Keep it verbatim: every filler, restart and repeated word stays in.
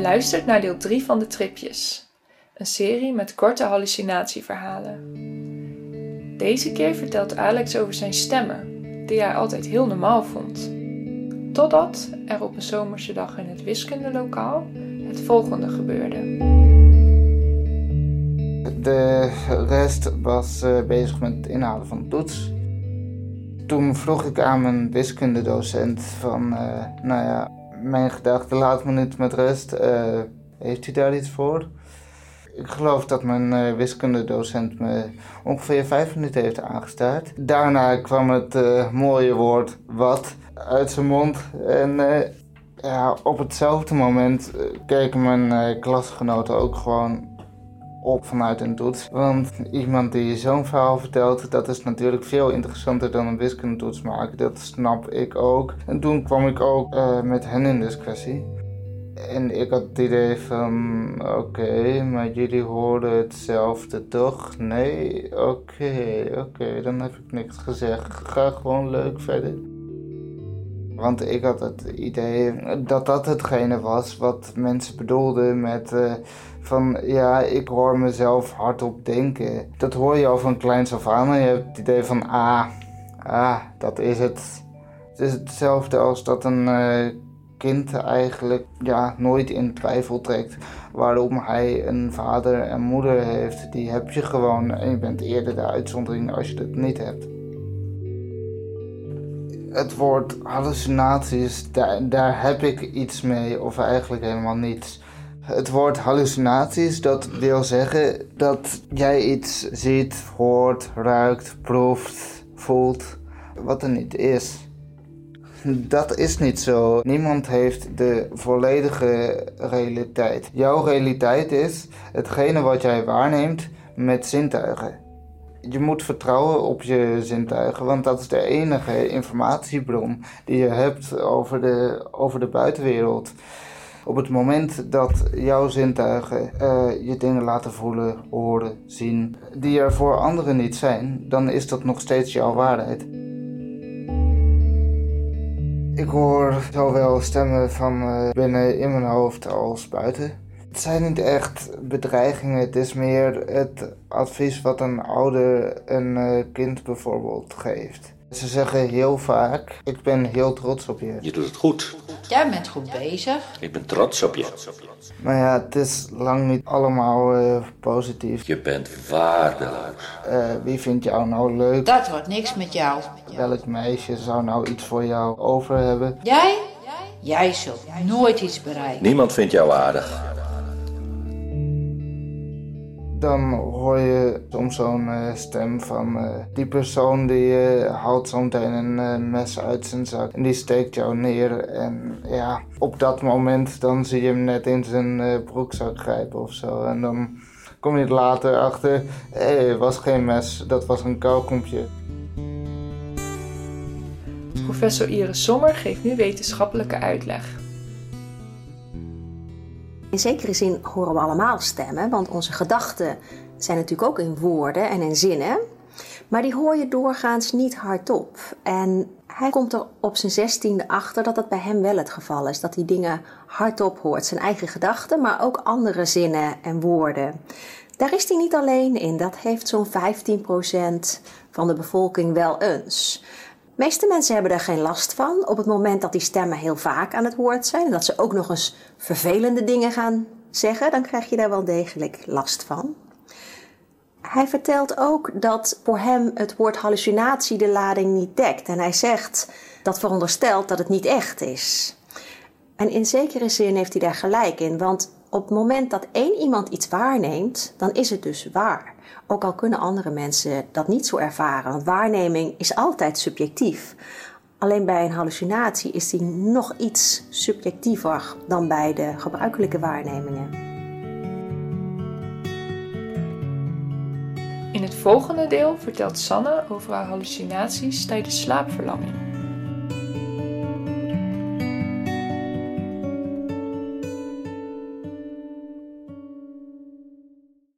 luistert naar deel drie van de Tripjes, een serie met korte hallucinatieverhalen. Deze keer vertelt Alex over zijn stemmen, die hij altijd heel normaal vond. Totdat er op een zomerse dag in het wiskundelokaal het volgende gebeurde. De rest was uh, bezig met het inhalen van de toets. Toen vroeg ik aan mijn wiskundedocent van, uh, nou ja, mijn gedachte laat me niet met rust. Uh, heeft u daar iets voor? Ik geloof dat mijn uh, wiskundedocent me ongeveer vijf minuten heeft aangestaard. Daarna kwam het uh, mooie woord wat uit zijn mond. En uh, ja, op hetzelfde moment uh, keken mijn uh, klasgenoten ook gewoon op vanuit een toets. Want iemand die zo'n verhaal vertelt, dat is natuurlijk veel interessanter dan een wiskundetoets maken. Dat snap ik ook. En toen kwam ik ook uh, met hen in discussie. En ik had het idee van, oké, okay, maar jullie hoorden hetzelfde toch? Nee? Oké, okay, oké, okay, dan heb ik niks gezegd. Ga gewoon leuk verder. Want ik had het idee dat dat hetgene was wat mensen bedoelden met uh, van ja, ik hoor mezelf hardop denken. Dat hoor je al van kleins af aan en je hebt het idee van ah, ah, dat is het. Het is hetzelfde als dat een uh, kind eigenlijk ja, nooit in twijfel trekt waarom hij een vader en moeder heeft. Die heb je gewoon en je bent eerder de uitzondering als je dat niet hebt. Het woord hallucinaties, daar, daar heb ik iets mee of eigenlijk helemaal niets. Het woord hallucinaties, dat wil zeggen dat jij iets ziet, hoort, ruikt, proeft, voelt, wat er niet is. Dat is niet zo. Niemand heeft de volledige realiteit. Jouw realiteit is hetgene wat jij waarneemt met zintuigen. Je moet vertrouwen op je zintuigen, want dat is de enige informatiebron die je hebt over de, over de buitenwereld. Op het moment dat jouw zintuigen uh, je dingen laten voelen, horen, zien, die er voor anderen niet zijn, dan is dat nog steeds jouw waarheid. Ik hoor zowel stemmen van uh, binnen in mijn hoofd als buiten. Het zijn niet echt bedreigingen, het is meer het advies wat een ouder een uh, kind bijvoorbeeld geeft. Ze zeggen heel vaak, ik ben heel trots op je. Je doet het goed. Jij bent goed bezig. Ik ben trots op je. Maar ja, het is lang niet allemaal uh, positief. Je bent waardeloos. Uh, wie vindt jou nou leuk? Dat wordt niks met jou. Welk meisje zou nou iets voor jou over hebben? Jij? Jij zult nooit iets bereiken. Niemand vindt jou aardig. Dan hoor je soms zo'n uh, stem van uh, die persoon die uh, haalt zo meteen een uh, mes uit zijn zak en die steekt jou neer. En ja, op dat moment dan zie je hem net in zijn uh, broekzak grijpen of zo. En dan kom je er later achter, hé, hey, het was geen mes, dat was een kauwgompje. Professor Iris Sommer geeft nu wetenschappelijke uitleg. In zekere zin horen we allemaal stemmen, want onze gedachten zijn natuurlijk ook in woorden en in zinnen. Maar die hoor je doorgaans niet hardop. En hij komt er op zijn zestiende achter dat dat bij hem wel het geval is. Dat hij dingen hardop hoort, zijn eigen gedachten, maar ook andere zinnen en woorden. Daar is hij niet alleen in, dat heeft zo'n vijftien procent van de bevolking wel eens. De meeste mensen hebben er geen last van op het moment dat die stemmen heel vaak aan het woord zijn. En dat ze ook nog eens vervelende dingen gaan zeggen, dan krijg je daar wel degelijk last van. Hij vertelt ook dat voor hem het woord hallucinatie de lading niet dekt. En hij zegt dat veronderstelt dat het niet echt is. En in zekere zin heeft hij daar gelijk in, want op het moment dat één iemand iets waarneemt, dan is het dus waar. Ook al kunnen andere mensen dat niet zo ervaren, want waarneming is altijd subjectief. Alleen bij een hallucinatie is die nog iets subjectiever dan bij de gebruikelijke waarnemingen. In het volgende deel vertelt Sanne over haar hallucinaties tijdens slaapverlamming.